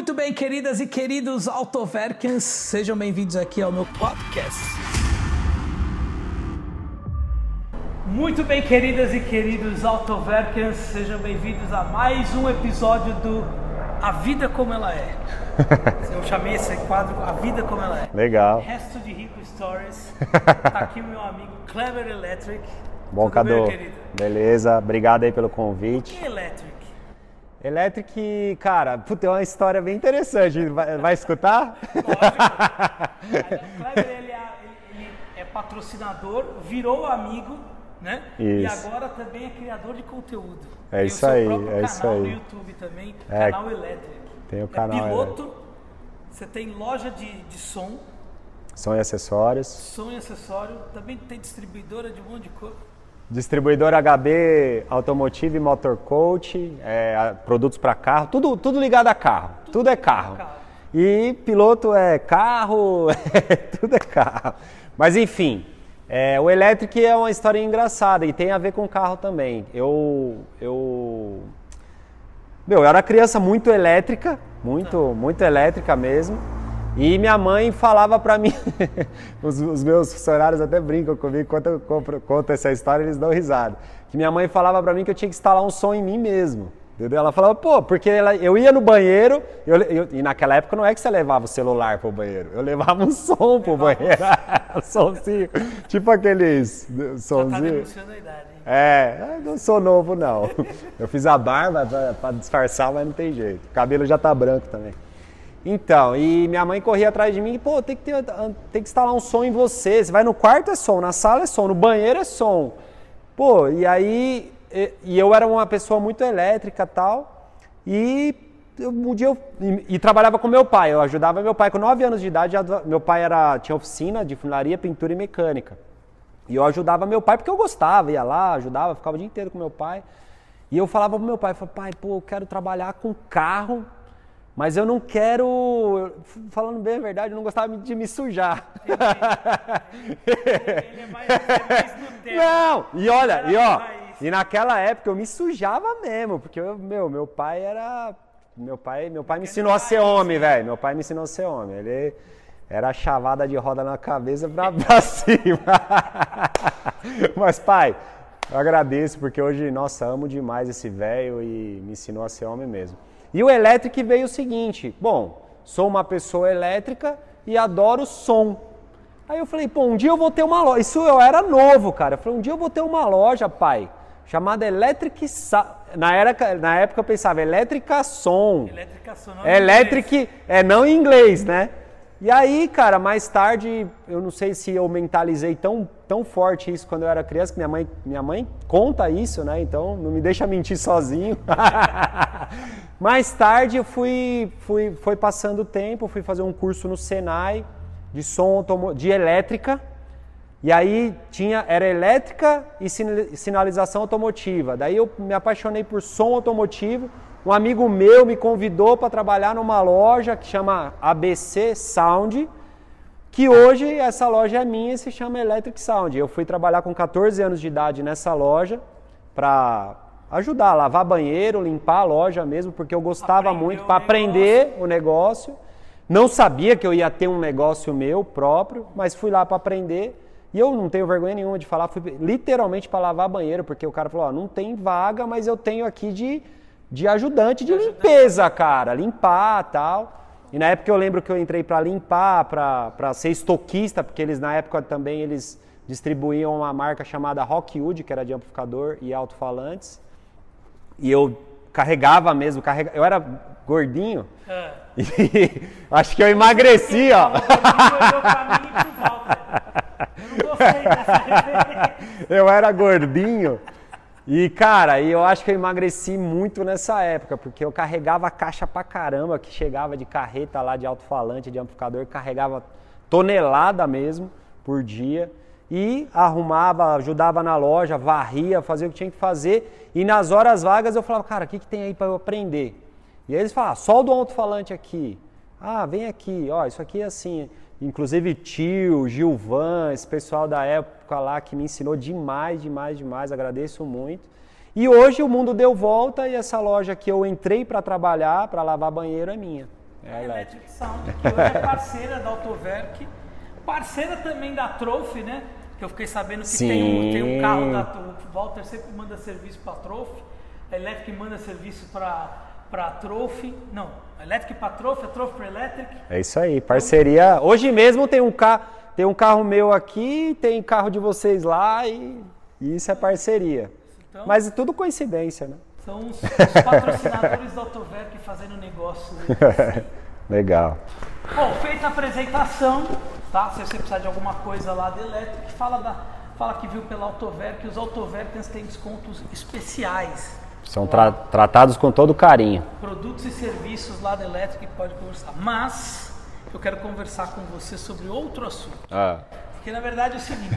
Muito bem, queridas e queridos Autoverkens, sejam bem-vindos aqui ao meu podcast. Muito bem, queridas e queridos Autoverkens, sejam bem-vindos a mais um episódio do A Vida Como Ela É. Eu chamei esse quadro A Vida Como Ela É. Legal. Resto de Rico Stories. Tá aqui o meu amigo Clever Electric. Bom, Cadu. Beleza, obrigado aí pelo convite. E Electric? Electric, cara, puta, é uma história bem interessante. Vai escutar? Lógico. O Clever, ele é patrocinador, virou amigo, né? Isso. E agora também é criador de conteúdo. É isso aí, é isso aí. Tem o seu próprio canal no YouTube também, canal Electric. Tem o canal piloto, Electric. Você tem loja de som. Som e acessórios. Som e acessório. Também tem distribuidora de um monte de coisa. Distribuidor HB, Automotive, Motor Coach, produtos para carro, tudo ligado a carro, tudo é carro. E piloto é carro, tudo é carro. Mas enfim, o Electric é uma história engraçada e tem a ver com carro também. Eu era criança muito elétrica, muito elétrica mesmo. E minha mãe falava pra mim, os meus funcionários até brincam comigo, quando eu conto essa história eles dão risada, que minha mãe falava pra mim que eu tinha que instalar um som em mim mesmo, entendeu? Ela falava, porque eu ia no banheiro, e naquela época não é que você levava o celular pro banheiro, eu levava um som pro banheiro, um somzinho, tipo aqueles somzinhos. Já tá denunciando a idade, hein? Não sou novo não, eu fiz a barba pra disfarçar, mas não tem jeito, o cabelo já tá branco também. Então, e minha mãe corria atrás de mim, tem que instalar um som em você vai no quarto é som, na sala é som, no banheiro é som. E aí, eu era uma pessoa muito elétrica e tal, e um dia eu trabalhava com meu pai, eu ajudava meu pai com 9 anos de idade, meu pai tinha oficina de funilaria, pintura e mecânica. E eu ajudava meu pai porque eu gostava, ia lá, ajudava, ficava o dia inteiro com meu pai. E eu falava pro meu pai, pai, eu quero trabalhar com carro, mas eu não quero, falando bem a verdade, eu não gostava de me sujar. Ele é mais no tempo. Não, e naquela época eu me sujava mesmo, porque meu pai me ensinou a ser homem, velho. Meu pai me ensinou a ser homem. Ele era chavada de roda na cabeça pra cima. Mas, pai, eu agradeço, porque hoje, nossa, amo demais esse velho e me ensinou a ser homem mesmo. E o Electric veio o seguinte, sou uma pessoa elétrica e adoro som. Aí eu falei, um dia eu vou ter uma loja, isso eu era novo, cara. Eu falei, um dia eu vou ter uma loja, pai, chamada Electric Na época eu pensava, Elétrica Som. Elétrica Som, não Electric, não em inglês, né? E aí, cara, mais tarde, eu não sei se eu mentalizei tão forte isso quando eu era criança, que minha mãe conta isso, né? Então não me deixa mentir sozinho. Mais tarde eu foi passando o tempo, fui fazer um curso no Senai de de elétrica. E aí era elétrica e sinalização automotiva. Daí eu me apaixonei por som automotivo. Um amigo meu me convidou para trabalhar numa loja que chama ABC Sound, que hoje essa loja é minha e se chama Electric Sound. Eu fui trabalhar com 14 anos de idade nessa loja para ajudar a lavar banheiro, limpar a loja mesmo, porque eu gostava muito para aprender o negócio. Não sabia que eu ia ter um negócio meu próprio, mas fui lá para aprender. E eu não tenho vergonha nenhuma de falar, fui literalmente para lavar banheiro, porque o cara falou, não tem vaga, mas eu tenho aqui de ajudante de limpeza, cara, limpar e tal. E na época eu lembro que eu entrei para limpar, para ser estoquista, porque eles na época também eles distribuíam uma marca chamada Rockwood, que era de amplificador e alto-falantes. E eu carregava mesmo, eu era gordinho. E acho que eu emagreci, ó. Eu não gostei dessa referência. Eu era gordinho. E, cara, eu acho que eu emagreci muito nessa época, porque eu carregava a caixa pra caramba, que chegava de carreta lá de alto-falante, de amplificador, carregava tonelada mesmo por dia. E arrumava, ajudava na loja, varria, fazia o que tinha que fazer. E nas horas vagas eu falava, cara, o que tem aí para eu aprender? E aí eles falavam, solda o alto-falante aqui. Vem aqui, isso aqui é assim. Inclusive Tio, Gilvan, esse pessoal da época lá que me ensinou demais, agradeço muito. E hoje o mundo deu volta e essa loja que eu entrei para trabalhar, para lavar banheiro, é minha. A Electric Sound, que hoje é parceira da Autoverk, parceira também da Trophy, né? Que eu fiquei sabendo que tem um carro da Trophy. O Walter sempre manda serviço para a Trophy, a Electric manda serviço para a Trophy. Não, a Electric para a Trophy para a Electric. É isso aí, parceria. Hoje mesmo tem um carro meu aqui, tem carro de vocês lá e isso é parceria. Então, mas é tudo coincidência, né? São os patrocinadores da Autoverk fazendo negócio. Legal. Bom, feita a apresentação, tá? Se você precisar de alguma coisa lá da Electric, fala que viu pela Autoverk, os Autoverkers têm descontos especiais. São tratados com todo carinho. Produtos e serviços lá da Electric pode conversar. Mas eu quero conversar com você sobre outro assunto. Que na verdade é o seguinte.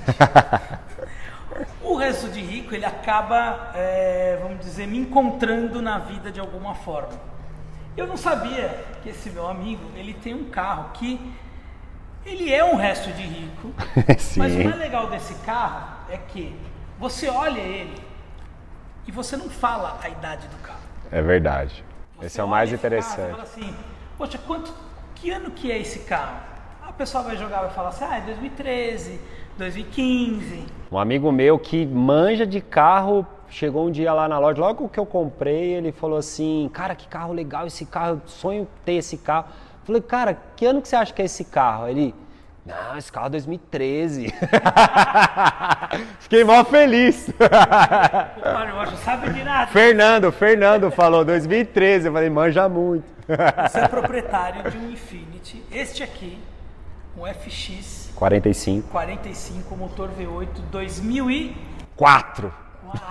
O Resto de Rico, ele acaba, vamos dizer, me encontrando na vida de alguma forma. Eu não sabia que esse meu amigo, ele tem um carro que, ele é um resto de rico, mas o mais legal desse carro é que você olha ele e você não fala a idade do carro. É verdade. Você esse é o mais interessante. Carro, fala assim, poxa, que ano que é esse carro? A pessoa vai jogar e vai falar assim, é 2013, 2015. Um amigo meu que manja de carro, chegou um dia lá na loja, logo que eu comprei, ele falou assim, cara, que carro legal esse carro, eu sonho ter esse carro. Eu falei, cara, que ano que você acha que é esse carro? Ele, não, esse carro é 2013. Fiquei mó feliz. Não sabe de nada. Fernando falou 2013, eu falei, manja muito. Você é proprietário de um Infiniti, este aqui, um FX 45, motor V8 2004.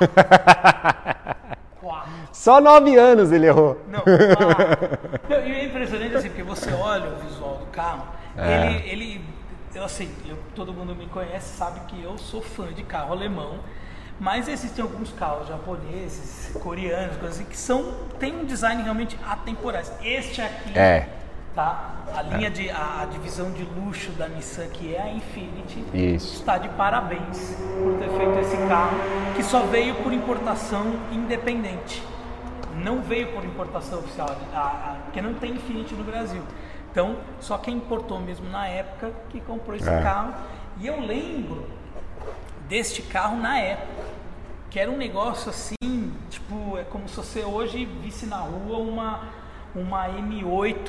Só 9 anos ele errou. Não, e é impressionante assim, porque você olha o visual do carro, todo mundo me conhece, sabe que eu sou fã de carro alemão, mas existem alguns carros japoneses, coreanos, coisas assim, que tem um design realmente atemporais. Este aqui, tá? A divisão de luxo da Nissan, que é a Infiniti, está de parabéns por ter feito esse carro, que só veio por importação independente. Não veio por importação oficial, porque não tem Infiniti no Brasil. Então, só quem importou mesmo na época que comprou esse carro. E eu lembro deste carro na época, que era um negócio assim, tipo, é como se você hoje visse na rua uma M8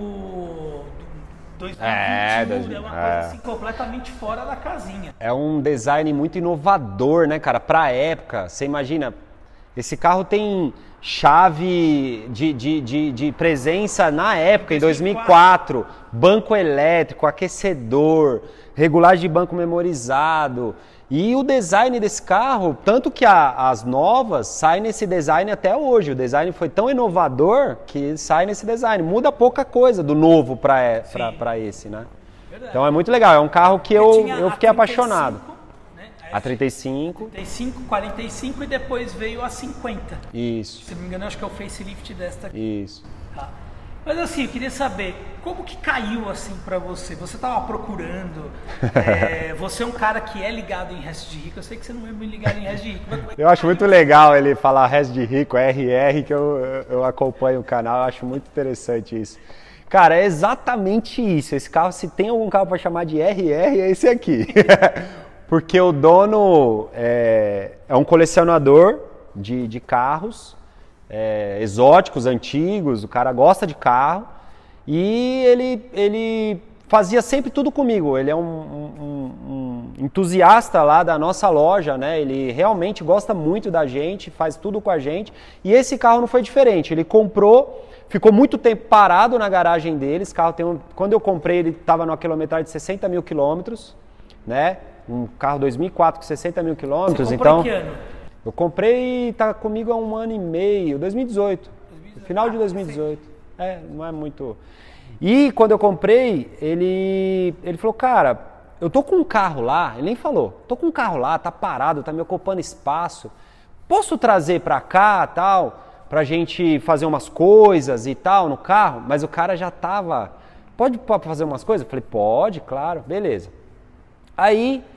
2021, é uma coisa assim completamente fora da casinha. É um design muito inovador, né, cara? Pra época, você imagina, esse carro tem chave de presença na época, em 2004, banco elétrico, aquecedor, regulagem de banco memorizado. E o design desse carro, tanto que as novas saem nesse design até hoje. O design foi tão inovador que sai nesse design. Muda pouca coisa do novo para esse, né? Verdade. Então é muito legal. É um carro que eu fiquei apaixonado. Né? A 35. 35, 45 e depois veio a 50. Isso. Se não me engano, acho que é o facelift desta aqui. Isso. Tá. Mas assim, eu queria saber, como que caiu assim pra você? Você tava procurando, você é um cara que é ligado em resto de rico, eu sei que você não é muito ligado em resto de rico. Mas eu acho muito legal ele falar resto de rico, RR, que eu acompanho o canal, eu acho muito interessante isso. Cara, é exatamente isso, esse carro, se tem algum carro para chamar de RR, é esse aqui. Porque o dono é um colecionador de carros, exóticos, antigos, o cara gosta de carro e ele fazia sempre tudo comigo. Ele é um entusiasta lá da nossa loja, né? Ele realmente gosta muito da gente, faz tudo com a gente e esse carro não foi diferente. Ele comprou, ficou muito tempo parado na garagem dele. Esse carro quando eu comprei ele estava numa quilometragem de 60 mil quilômetros, né? Um carro 2004 com 60 mil quilômetros. Você comprou então, em que ano? Eu comprei e tá comigo há 1 ano e meio, 2018. Final de 2018. Não é muito. E quando eu comprei, ele falou, cara, eu tô com um carro lá, ele nem falou, tô com um carro lá, tá parado, tá me ocupando espaço. Posso trazer pra cá, tal, pra gente fazer umas coisas e tal no carro? Mas o cara já tava, pode fazer umas coisas? Eu falei, pode, claro, beleza. Aí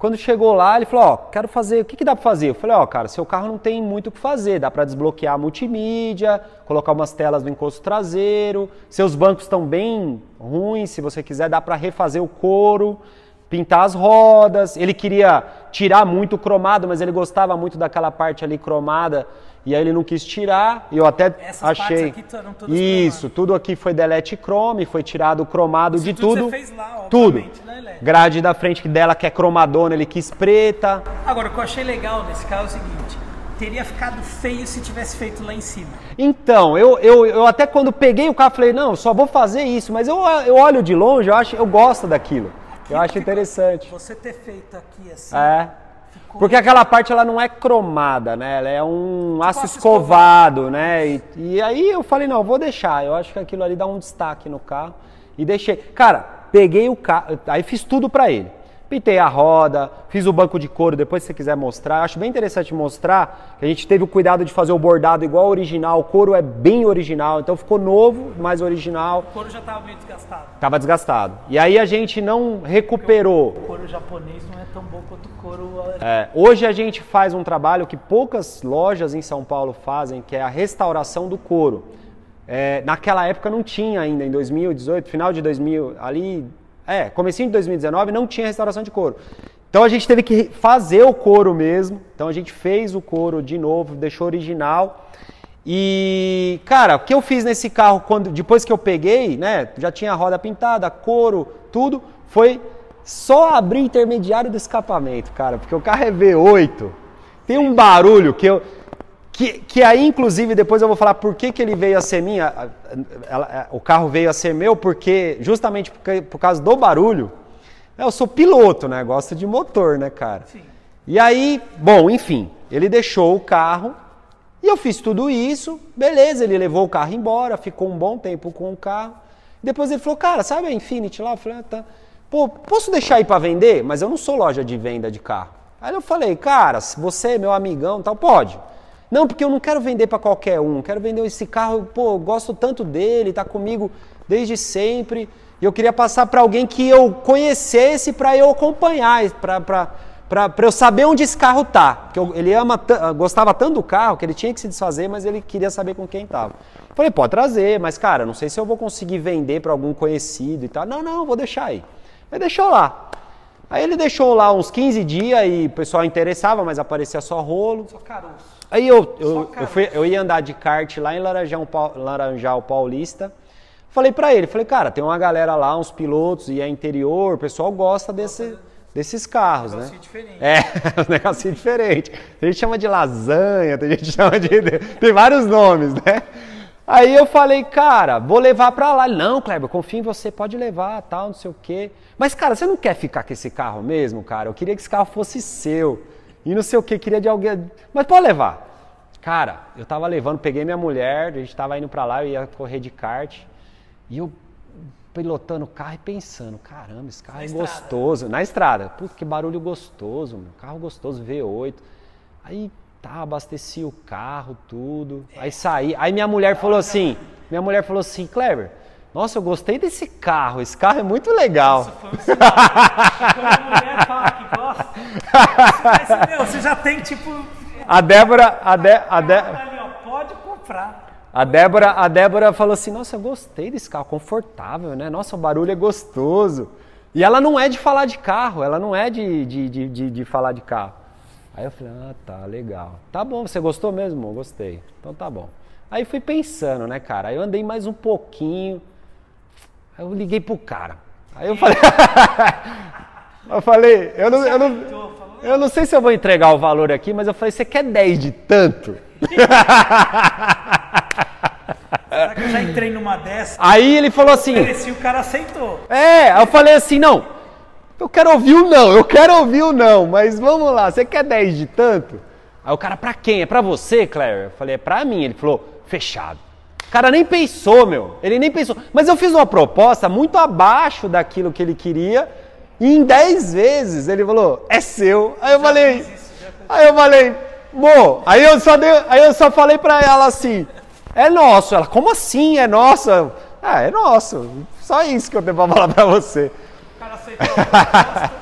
Quando chegou lá, ele falou, ó, quero fazer, o que dá pra fazer? Eu falei, ó, cara, seu carro não tem muito o que fazer, dá pra desbloquear a multimídia, colocar umas telas no encosto traseiro, seus bancos estão bem ruins, se você quiser dá pra refazer o couro, pintar as rodas. Ele queria tirar muito o cromado, mas ele gostava muito daquela parte ali cromada, e aí ele não quis tirar, e eu até essas achei... Partes aqui eram todas isso, cromadas. tudo aqui foi delete chrome, foi tirado o cromado de tudo. Você fez lá, tudo. Né, Elétrico? Grade da frente dela que é cromadona, ele quis preta. Agora, o que eu achei legal nesse caso é o seguinte, teria ficado feio se tivesse feito lá em cima. Então, eu até quando peguei o carro, falei, não, só vou fazer isso, mas eu olho de longe, eu gosto daquilo. Eu acho interessante. Você ter feito aqui assim... Porque aquela parte ela não é cromada, né? Ela é um aço escovado, né? E aí eu falei, não, vou deixar. Eu acho que aquilo ali dá um destaque no carro. E deixei. Cara, peguei o carro, aí fiz tudo pra ele. Pintei a roda, fiz o banco de couro, depois se você quiser mostrar. Acho bem interessante mostrar que a gente teve o cuidado de fazer o bordado igual ao original. O couro é bem original, então ficou novo, mais original. O couro já estava meio desgastado. Tava desgastado. E aí a gente não recuperou. O couro japonês não é tão bom quanto o couro... Hoje a gente faz um trabalho que poucas lojas em São Paulo fazem, que é a restauração do couro. Naquela época não tinha ainda, em 2018, final de 2000, ali... comecinho de 2019 não tinha restauração de couro. Então a gente teve que fazer o couro mesmo. Então a gente fez o couro de novo, deixou original. E, cara, o que eu fiz nesse carro, depois que eu peguei, né, já tinha a roda pintada, couro, tudo, foi só abrir intermediário do escapamento, cara, porque o carro é V8, tem um barulho que aí, inclusive, depois eu vou falar por que ele veio a ser o carro veio a ser meu, porque justamente por causa do barulho. Eu sou piloto, né, gosto de motor, né, cara. Sim. E aí, bom, enfim, ele deixou o carro e eu fiz tudo isso, beleza, ele levou o carro embora, ficou um bom tempo com o carro. Depois ele falou, cara, sabe a Infiniti lá? Eu falei, tá. Pô, posso deixar aí para vender? Mas eu não sou loja de venda de carro. Aí eu falei, cara, se você é meu amigão, tal, pode. Não, porque eu não quero vender para qualquer um, quero vender esse carro, pô, eu gosto tanto dele, tá comigo desde sempre, e eu queria passar para alguém que eu conhecesse para eu acompanhar, para eu saber onde esse carro tá. Porque ele gostava tanto do carro que ele tinha que se desfazer, mas ele queria saber com quem tava. Falei, pode trazer, mas cara, não sei se eu vou conseguir vender para algum conhecido e tal. Não, vou deixar aí. Aí deixou lá. Aí ele deixou lá uns 15 dias e o pessoal interessava, mas aparecia só rolo. Só caroço. Aí eu ia andar de kart lá em Laranjal Paulista. Falei pra ele, cara, tem uma galera lá, uns pilotos e é interior, o pessoal gosta desses carros, né? Diferente. Um negocinho diferente. Tem gente que chama de lasanha, tem gente que chama de... Tem vários nomes, né? Aí eu falei, cara, vou levar pra lá. Ele, não, Kleber, confio em você, pode levar, tal, não sei o quê. Mas, cara, você não quer ficar com esse carro mesmo, cara? Eu queria que esse carro fosse seu. E não sei o quê, queria de alguém... Mas pode levar. Cara, eu tava levando, peguei minha mulher, a gente tava indo pra lá, eu ia correr de kart. E eu pilotando o carro e pensando, caramba, esse carro é gostoso. Na estrada. Puta, que barulho gostoso, meu. Carro gostoso, V8. Aí... Tá, abasteci o carro, tudo. Aí saí. Aí minha mulher falou assim, Kleber, nossa, eu gostei desse carro. Esse carro é muito legal. Nossa, foi um sinal. Quando a mulher fala que gosta, você já tem tipo... A Débora... Ali, ó, pode comprar. A Débora falou assim, nossa, eu gostei desse carro, confortável, né? Nossa, o barulho é gostoso. E ela não é de falar de carro, ela não é de falar de carro. Aí eu falei, tá, legal. Tá bom, você gostou mesmo? Eu gostei. Então tá bom. Aí fui pensando, né, cara? Aí eu andei mais um pouquinho. Aí eu liguei pro cara. Aí eu falei... eu não sei se eu vou entregar o valor aqui, mas eu falei, você quer 10 de tanto? Será que eu já entrei numa dessa? Aí ele falou assim... O cara aceitou. Aí eu falei assim, não... Eu quero ouvir o não, mas vamos lá, você quer 10 de tanto? Aí o cara, pra quem? É pra você, Claire? Eu falei, é pra mim. Ele falou, fechado. O cara nem pensou, ele nem pensou. Mas eu fiz uma proposta muito abaixo daquilo que ele queria, e em 10 vezes ele falou, é seu. Aí eu falei, Mo, aí eu só falei pra ela assim, é nosso. Ela, como assim é nosso? É nosso. Só isso que eu tenho pra falar pra você. O cara aceitou a proposta.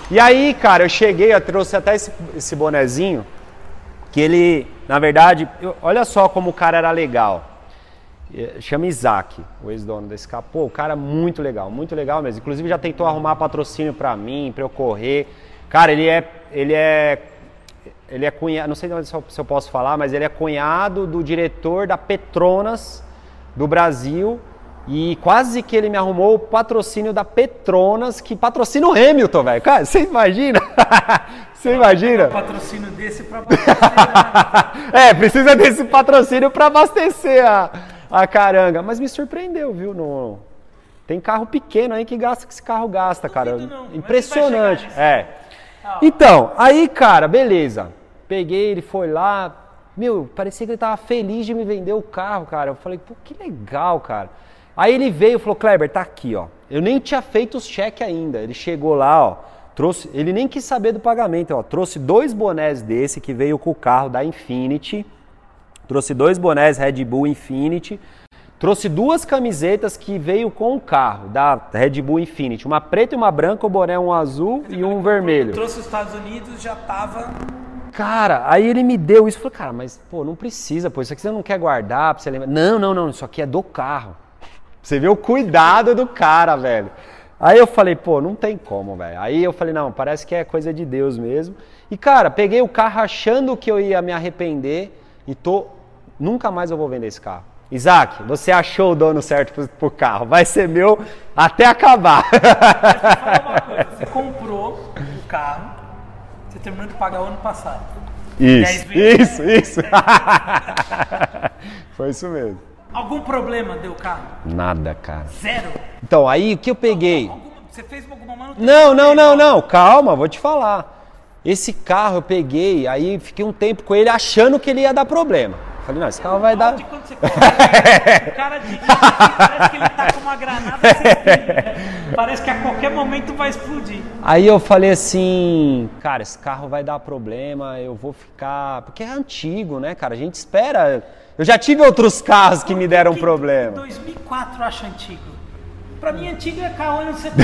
E aí, cara, eu cheguei, eu trouxe até esse bonezinho, que ele, na verdade, olha só como o cara era legal. Chama Isaac, o ex-dono desse carro. Pô, o cara é muito legal mesmo. Inclusive já tentou arrumar patrocínio pra mim, pra eu correr. Cara, ele é cunhado, não sei se eu posso falar, mas ele é cunhado do diretor da Petronas do Brasil. E quase que ele me arrumou o patrocínio da Petronas, que patrocina o Hamilton, velho. Cara, você imagina? Você imagina? Um patrocínio desse pra abastecer. Precisa desse patrocínio pra abastecer a caranga. Mas me surpreendeu, viu? Tem carro pequeno aí que gasta o que esse carro gasta, cara. Não, impressionante. Então, aí, cara, beleza. Peguei, ele foi lá. Meu, parecia que ele tava feliz de me vender o carro, cara. Eu falei, pô, que legal, cara. Aí ele veio e falou, Kleber, tá aqui, ó. Eu nem tinha feito os cheques ainda. Ele chegou lá, ó. Ele nem quis saber do pagamento, ó. Trouxe 2 bonés desse que veio com o carro da Infiniti. Trouxe 2 bonés Red Bull Infiniti. Trouxe 2 camisetas que veio com o carro da Red Bull Infiniti. Uma preta e uma branca, o boné um azul e um vermelho. Trouxe os Estados Unidos, já tava... Cara, aí ele me deu isso. Eu falei, cara, mas pô, não precisa, pô. Isso aqui você não quer guardar pra você lembrar. Não. Isso aqui é do carro. Você vê o cuidado do cara, velho. Aí eu falei, pô, não tem como, velho. Aí eu falei, não, parece que é coisa de Deus mesmo. E, cara, peguei o carro achando que eu ia me arrepender e nunca mais eu vou vender esse carro. Isaac, você achou o dono certo pro carro. Vai ser meu até acabar. Mas fala uma coisa, você comprou o carro, você terminou de pagar o ano passado. Isso. Foi isso mesmo. Algum problema deu o carro? Nada, cara. Zero? Então, aí o que eu peguei? Você fez alguma manutenção? Não. Calma, vou te falar. Esse carro eu peguei, aí fiquei um tempo com ele achando que ele ia dar problema. Falei, não, esse carro vai dar... Quando você o cara dirige, parece que ele tá com uma granada sem parece que a qualquer momento vai explodir. Aí eu falei assim, cara, esse carro vai dar problema, eu vou ficar... Porque é antigo, né, cara? A gente espera... Eu já tive outros carros que me deram problema. 2004 eu acho antigo. Pra mim, antigo é carro anos 70.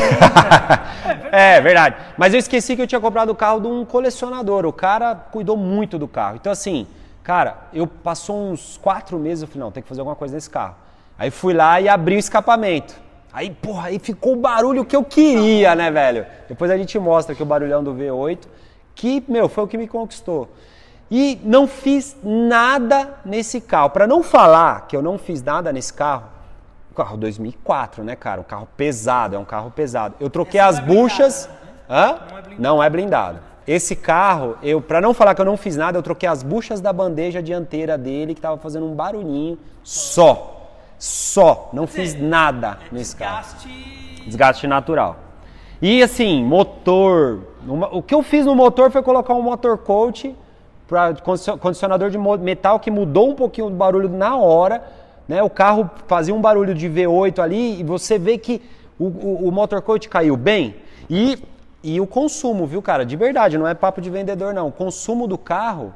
É verdade. Mas eu esqueci que eu tinha comprado o carro de um colecionador. O cara cuidou muito do carro. Então, assim, cara, eu passou uns 4 meses, eu falei, não, tem que fazer alguma coisa nesse carro. Aí fui lá e abri o escapamento. Aí, porra, aí ficou o barulho que eu queria, né, velho? Depois a gente mostra aqui o barulhão do V8, que, meu, foi o que me conquistou. E não fiz nada nesse carro. Para não falar que eu não fiz nada nesse carro, o carro 2004, né, cara? Um carro pesado, é um carro pesado. Eu troquei as buchas... Não é blindado. Esse carro, para não falar que eu não fiz nada, eu troquei as buchas da bandeja dianteira dele, que tava fazendo um barulhinho só. Não fiz nada nesse carro. Desgaste natural. E assim, motor... O que eu fiz no motor foi colocar um motor coach... condicionador de metal que mudou um pouquinho o barulho na hora, né? O carro fazia um barulho de V8 ali e você vê que o motor coach caiu bem. E o consumo, viu, cara? De verdade, não é papo de vendedor, não. O consumo do carro,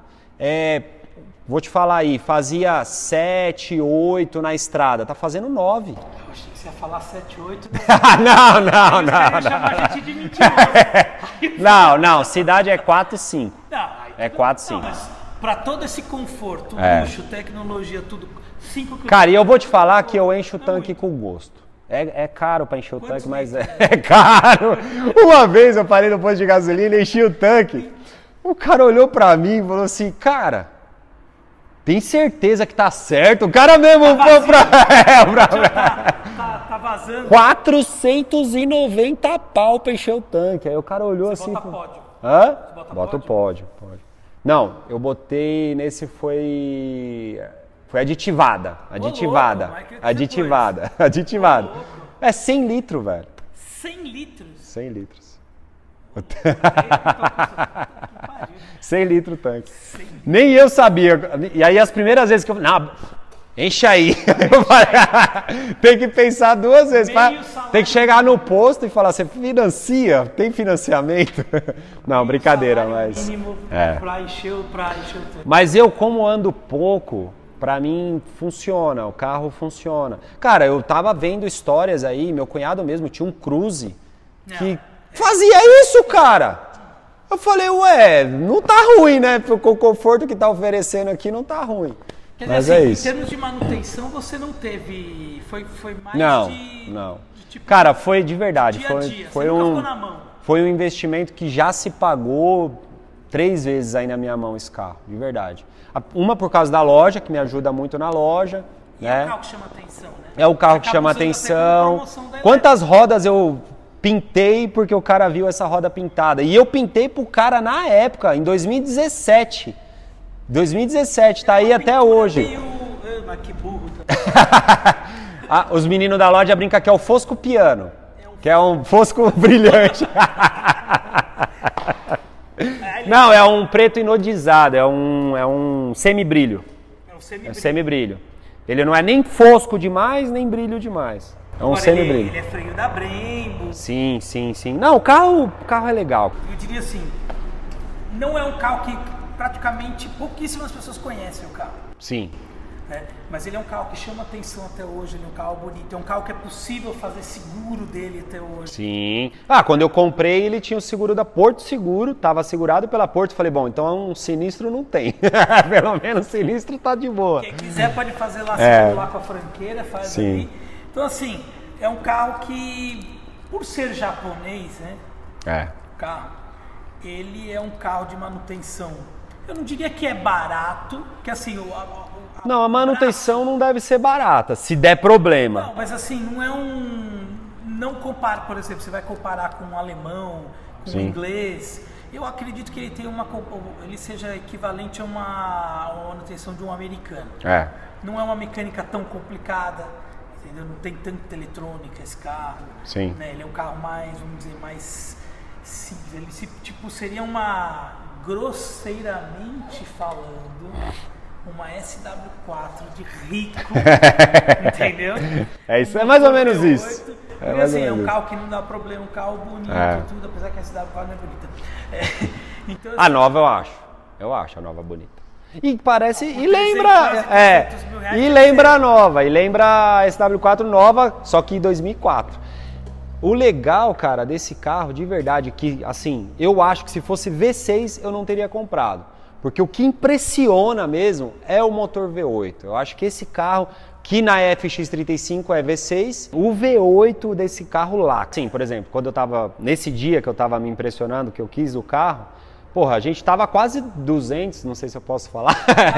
vou te falar aí, fazia 7, 8 na estrada, tá fazendo 9. Eu achei que você ia falar 7, 8. Não. Chamar a gente de mentiroso. Não, cidade é 4, 5. É 4, 5. Mas pra todo esse conforto, luxo, tecnologia, tudo, 5 km. Cara, e eu vou te falar que eu encho o tanque com gosto. É caro pra encher o tanque, mas é caro. Uma vez eu parei no posto de gasolina e enchi o tanque. O cara olhou pra mim e falou assim, cara, tem certeza que tá certo? O cara mesmo foi Tá vazando. 490 pau pra encher o tanque. Aí o cara olhou assim... Bota pódio. Hã? Bota o pódio. Não, eu botei nesse foi aditivada. É 100 litros, velho. 100 litros? 100 litros. 100 litros o tanque. Nem eu sabia. E aí as primeiras vezes que eu falei, não, enche aí. Tem que pensar 2 vezes. Tem que chegar no posto e falar, você financia? Tem financiamento? Não, brincadeira, mas... Pra encher o tanque. Mas eu, como ando pouco, pra mim funciona, o carro funciona. Cara, eu tava vendo histórias aí, meu cunhado mesmo tinha um Cruze que... Fazia isso, cara. Eu falei, ué, não tá ruim, né? Com o conforto que tá oferecendo aqui, não tá ruim. Quer dizer, Mas assim, é isso. Em termos de manutenção, você não teve... Foi mais Não. de tipo, Cara, foi de verdade. dia a dia. Foi Você nunca um... ficou na mão. Foi um investimento que já se pagou 3 vezes aí na minha mão esse carro, de verdade. Uma por causa da loja, que me ajuda muito na loja. E né? é o carro que chama atenção, né? É o carro que Acaba chama usando até atenção. como promoção da Quantas rodas eu pintei porque o cara viu essa roda pintada? E eu pintei pro cara na época, em 2017. 2017, tá aí até hoje. Mas que burro também. Os meninos da loja brincam que é o Fosco Piano. Que é um fosco brilhante. Não, é um preto inodizado, é um semibrilho. É um semibrilho. É um semibrilho. Ele não é nem fosco demais, nem brilho demais. É um semibrilho. Ele é freio da Brembo. Sim. Não, o carro é legal. Eu diria assim, não é um carro que praticamente pouquíssimas pessoas conhecem o carro. Sim. Né? Mas ele é um carro que chama atenção até hoje, ele é um carro bonito, é um carro que é possível fazer seguro dele até hoje. Sim. Quando eu comprei, ele tinha o seguro da Porto Seguro, estava segurado pela Porto, falei, bom, então um sinistro não tem. Pelo menos sinistro tá de boa. Quem quiser pode fazer lá, seguro lá com a franqueira, faz Sim. ali. Então assim, é um carro que, por ser japonês, né? O carro, ele é um carro de manutenção. Eu não diria que é barato, que assim, não, a manutenção não deve ser barata, se der problema. Não, mas assim, não é um... Não compara, por exemplo, você vai comparar com um alemão, com um inglês. Eu acredito que ele tem ele seja equivalente a uma manutenção de um americano. Não é uma mecânica tão complicada, entendeu? Não tem tanta eletrônica esse carro. Sim. Né? Ele é um carro mais, vamos dizer, mais simples. Ele seria uma, grosseiramente falando, uma SW4 de rico, entendeu? Isso é mais ou menos isso. Porque assim, é um carro que não dá problema, um carro bonito e tudo, apesar que a SW4 não é bonita. Então, assim, a nova eu acho a nova bonita. E parece, e 300 mil reais e lembra a nova, e lembra a SW4 nova, só que em 2004. O legal, cara, desse carro, de verdade, que assim, eu acho que se fosse V6 eu não teria comprado. Porque o que impressiona mesmo é o motor V8. Eu acho que esse carro, que na FX35 é V6, o V8 desse carro lá. Sim, por exemplo, quando eu tava, nesse dia que eu tava me impressionando, que eu quis o carro, porra, a gente tava quase 200, não sei se eu posso falar.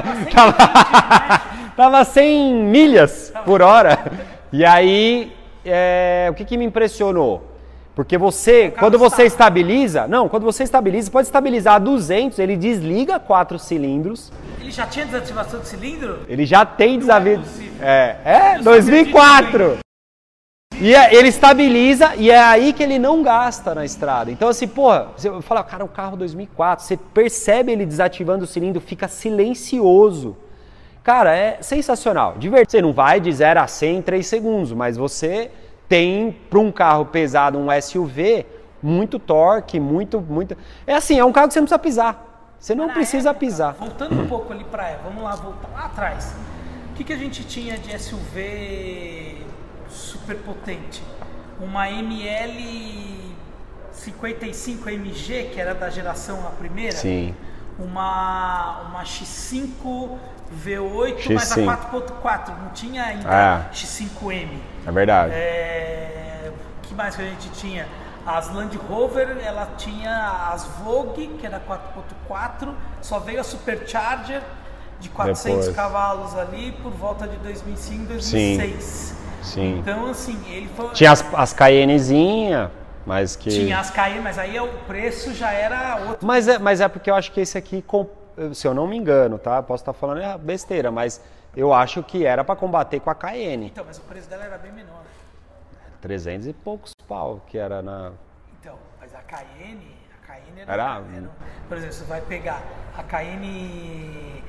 Tava 100 milhas por hora. E aí, o que me impressionou? Porque quando você estabiliza, pode estabilizar a 200, ele desliga 4 cilindros. Ele já tinha desativação de cilindro? Ele já tem desativação. 2004! E ele estabiliza e é aí que ele não gasta na estrada. Então assim, porra, você fala, cara, o carro 2004, você percebe ele desativando o cilindro, fica silencioso. Cara, é sensacional, de verdade. Você não vai de 0 a 100 em 3 segundos, mas você tem, para um carro pesado, um SUV, muito torque, muito... É assim, é um carro que você não precisa pisar. Você não precisa pisar. Voltando um pouco ali vamos lá, voltar lá atrás. O que a gente tinha de SUV super potente? Uma ML 55 MG, que era da geração a primeira. Sim. Uma X5 V8, mas a 4.4, não tinha ainda X5M. É verdade. O que mais que a gente tinha? As Land Rover, ela tinha as Vogue, que era 4.4, só veio a Supercharger de 400 cavalos ali por volta de 2005, 2006. Sim. Então, assim, ele foi... Tinha as Cayennezinha, mas que... Tinha as Cayenne, mas aí o preço já era outro. Mas é porque eu acho que esse aqui, se eu não me engano, tá? Posso estar falando besteira, mas eu acho que era para combater com a Cayenne. Então, mas o preço dela era bem menor. 300 e poucos pau que era na... Então, mas a era... Por exemplo, você vai pegar a Cayenne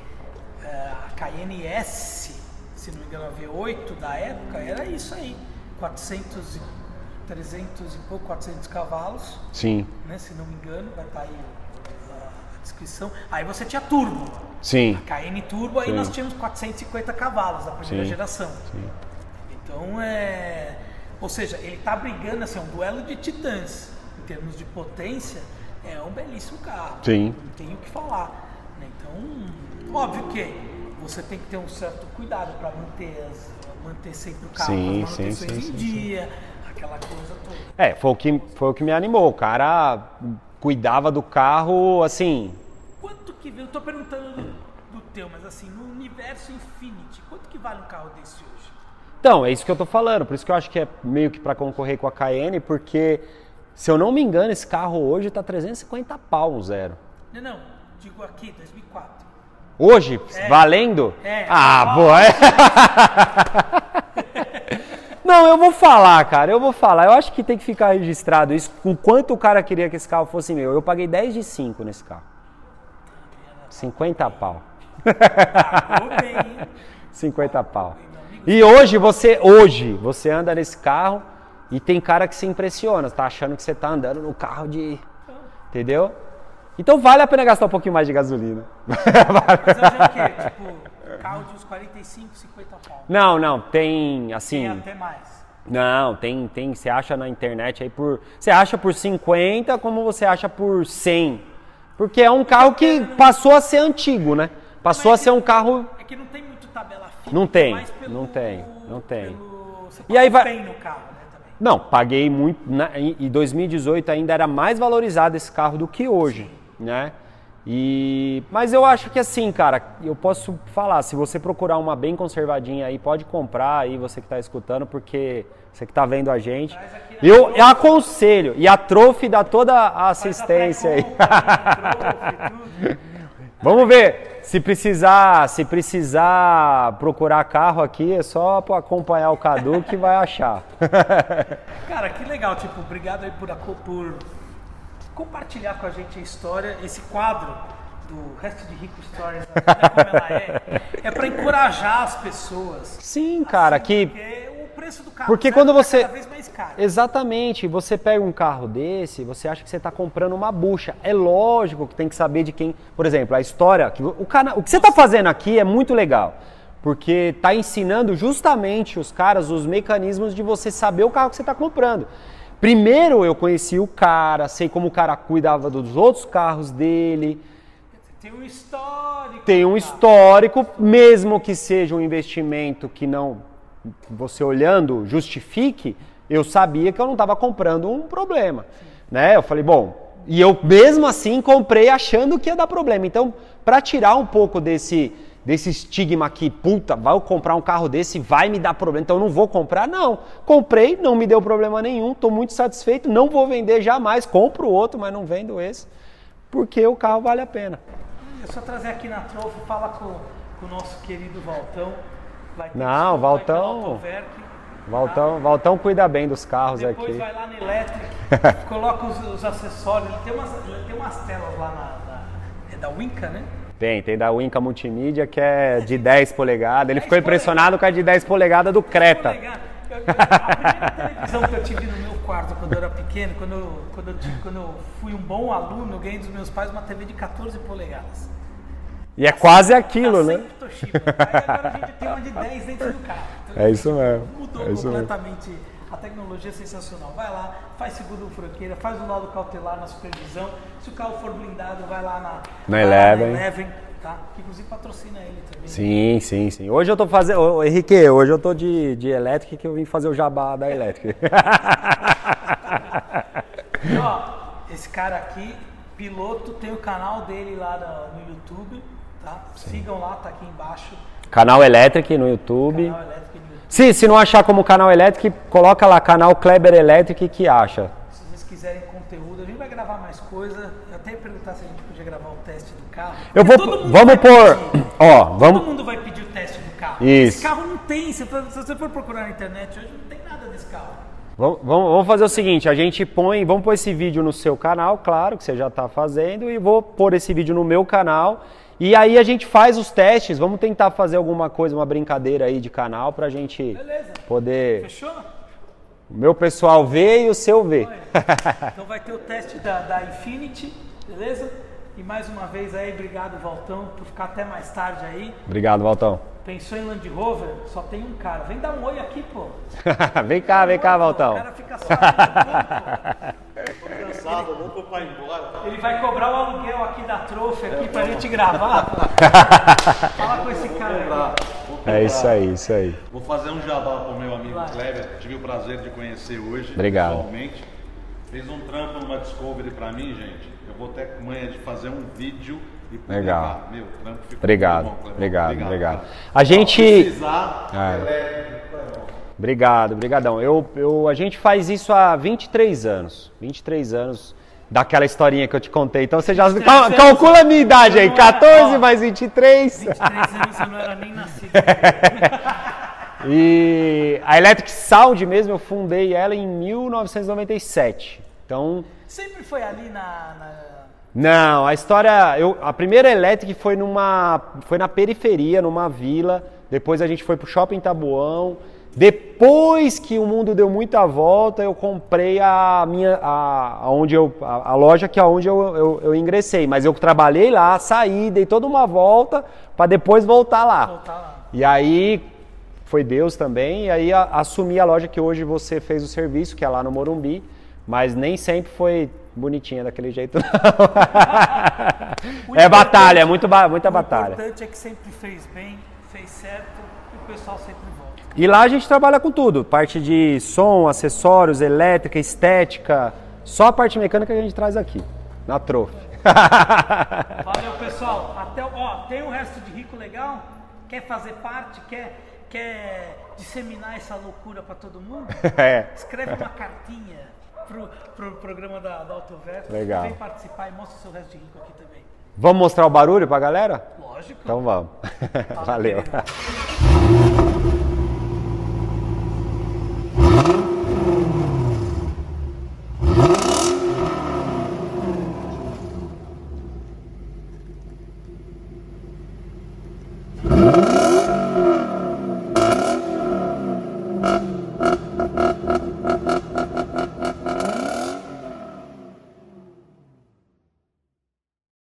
S, se não me engano, a V8 da época, era isso aí. 300 e pouco, 400 cavalos. Sim. Né, se não me engano, vai estar aí a descrição. Aí você tinha turbo. Sim. A Cayenne Turbo, aí nós tínhamos 450 cavalos da primeira geração. Sim. Então, ou seja, ele tá brigando, assim, é um duelo de titãs, termos de potência, é um belíssimo carro. Sim. Não tenho o que falar. Né? Então, óbvio que você tem que ter um certo cuidado para manter sempre o carro com as manutenções em dia, aquela coisa toda. Foi o que me animou. O cara cuidava do carro, assim... Quanto que... Eu tô perguntando do teu, mas assim, no universo Infiniti, quanto que vale um carro desse hoje? Então, é isso que eu tô falando. Por isso que eu acho que é meio que para concorrer com a Cayenne, porque, se eu não me engano, esse carro hoje tá 350 pau, um zero. Não, digo aqui, 2004. Hoje? Valendo? Boa. Não, eu vou falar, cara, eu acho que tem que ficar registrado isso, o quanto o cara queria que esse carro fosse meu. Eu paguei 10 de 5 nesse carro. 50 pau. Pagou bem. 50 pau. E hoje você anda nesse carro e tem cara que se impressiona, tá achando que você tá andando no carro de... Entendeu? Então vale a pena gastar um pouquinho mais de gasolina. Mas hoje é o quê? Tipo, carro de uns 45, 50 pau. Não, tem assim... Tem até mais. Não, tem, você acha na internet aí você acha por 50 como você acha por 100. Porque é um carro que passou a ser antigo, né? Passou a ser um carro... É que não tem muito tabela fina. Não tem. Você E aí vai... bem no carro, né, também. Não, paguei muito. Em 2018 ainda era mais valorizado esse carro do que hoje, né? Mas eu acho que assim, cara, eu posso falar, se você procurar uma bem conservadinha aí, pode comprar aí, você que tá escutando, porque você que tá vendo a gente. Eu aconselho, e a Trophy dá toda a assistência aí. Vamos ver, se precisar procurar carro aqui, é só para acompanhar o Cadu que vai achar. Cara, que legal, tipo, obrigado aí por compartilhar com a gente a história, esse quadro do Resto de Rico Stories, a vida como ela é para encorajar as pessoas. Sim, cara, assim, porque o preço do carro porque quando você... cada vez mais caro. Exatamente, você pega um carro desse, você acha que você está comprando uma bucha. É lógico que tem que saber de quem... Por exemplo, a história... O que você está fazendo aqui é muito legal, porque está ensinando justamente os caras os mecanismos de você saber o carro que você está comprando. Primeiro eu conheci o cara, sei como o cara cuidava dos outros carros dele. Tem um histórico. Tem um histórico, mesmo que seja um investimento que não, você olhando, justifique, eu sabia que eu não estava comprando um problema. Né? Eu falei, bom, e eu mesmo assim comprei achando que ia dar problema. Então, para tirar um pouco desse estigma aqui, puta, vai comprar um carro desse, vai me dar problema, então eu não vou comprar, não. Comprei, não me deu problema nenhum, estou muito satisfeito, não vou vender jamais, compro outro, mas não vendo esse, porque o carro vale a pena. É só trazer aqui na Trophy, fala com o nosso querido Valtão. Não, Valtão cuida bem dos carros aqui. Depois vai lá na Electric, coloca os acessórios, ele tem umas telas lá é da Winca, né? Tem da Winca Multimídia, que é de 10 polegadas. Ele ficou impressionado com a de 10 polegadas do Creta. A primeira televisão que eu tive no meu quarto quando eu era pequeno, quando eu fui um bom aluno, eu ganhei dos meus pais uma TV de 14 polegadas. E é quase aquilo, né? Toshiba. Aí agora a gente tem uma de 10 dentro do carro. Então, é isso mesmo. Mudou completamente. A tecnologia é sensacional. Vai lá, faz seguro franqueira, faz o laudo cautelar na supervisão. Se o carro for blindado, vai lá na Eleven, tá? Que inclusive patrocina ele também. Sim. Hoje eu tô fazendo... Henrique, hoje eu tô de elétrica, que eu vim fazer o jabá da elétrica. E, ó, esse cara aqui, piloto, tem o canal dele lá no YouTube, tá? Sim. Sigam lá, tá aqui embaixo. Canal Electric no YouTube. Canal Electric no YouTube. Se não achar como canal Electric, coloca lá canal Kleber Electric que acha. Se vocês quiserem conteúdo, a gente vai gravar mais coisa. Eu até ia perguntar se a gente podia gravar o teste do carro. Todo mundo vai pedir o teste do carro. Isso. Esse carro não tem, se você for procurar na internet hoje, não tem nada desse carro. Vamos fazer o seguinte, vamos pôr esse vídeo no seu canal, claro que você já está fazendo, e vou pôr esse vídeo no meu canal. E aí a gente faz os testes, vamos tentar fazer alguma coisa, uma brincadeira aí de canal pra gente poder... Fechou? O meu pessoal vê e o seu vê. Então vai ter o teste da Infiniti, beleza? E mais uma vez aí, obrigado Valtão, por ficar até mais tarde aí. Obrigado, Valtão. Pensou em Land Rover? Só tem um cara. Vem dar um oi aqui, pô. Vem cá, Valtão. O cara fica só aqui, pô. cansado, louco pra ir embora. Ele vai cobrar o aluguel aqui da Trophy aqui pra gente gravar. Fala com esse cara aqui. É isso aí, isso aí. Vou fazer um jabá pro meu amigo Kleber, tive o prazer de conhecer hoje. Obrigado. Pessoalmente. Fez um trampo numa Discovery pra mim, gente. Eu vou ter manha de fazer um vídeo e publicar. Legal. Meu, o trampo ficou Obrigado, muito bom, Kleber. obrigado. Cara. A gente... Se precisar, elétrico. Obrigadão. A gente faz isso há 23 anos. 23 anos daquela historinha que eu te contei. Então você já calcula a minha idade aí. 14 mais 23. 23 anos eu não era nem nascido. E a Electric Sound mesmo, eu fundei ela em 1997. Então... Sempre foi ali Não, a história... a primeira Electric foi na periferia, numa vila. Depois a gente foi pro Shopping Taboão. Depois que o mundo deu muita volta, eu comprei a loja que é onde eu ingressei. Mas eu trabalhei lá, saí, dei toda uma volta para depois voltar lá. E aí foi Deus também, e aí assumi a loja que hoje você fez o serviço, que é lá no Morumbi, mas nem sempre foi bonitinha daquele jeito não. É batalha, muita batalha. O importante é que sempre fez bem, fez certo e o pessoal sempre volta. E lá a gente trabalha com tudo, parte de som, acessórios, elétrica, estética, só a parte mecânica que a gente traz aqui, na Trophy. Valeu, pessoal. Tem um resto de rico legal? Quer fazer parte? Quer disseminar essa loucura para todo mundo? Escreve uma cartinha pro programa da Autoverk. Legal. Vem participar e mostra o seu resto de rico aqui também. Vamos mostrar o barulho pra galera? Lógico. Então vamos. Valeu.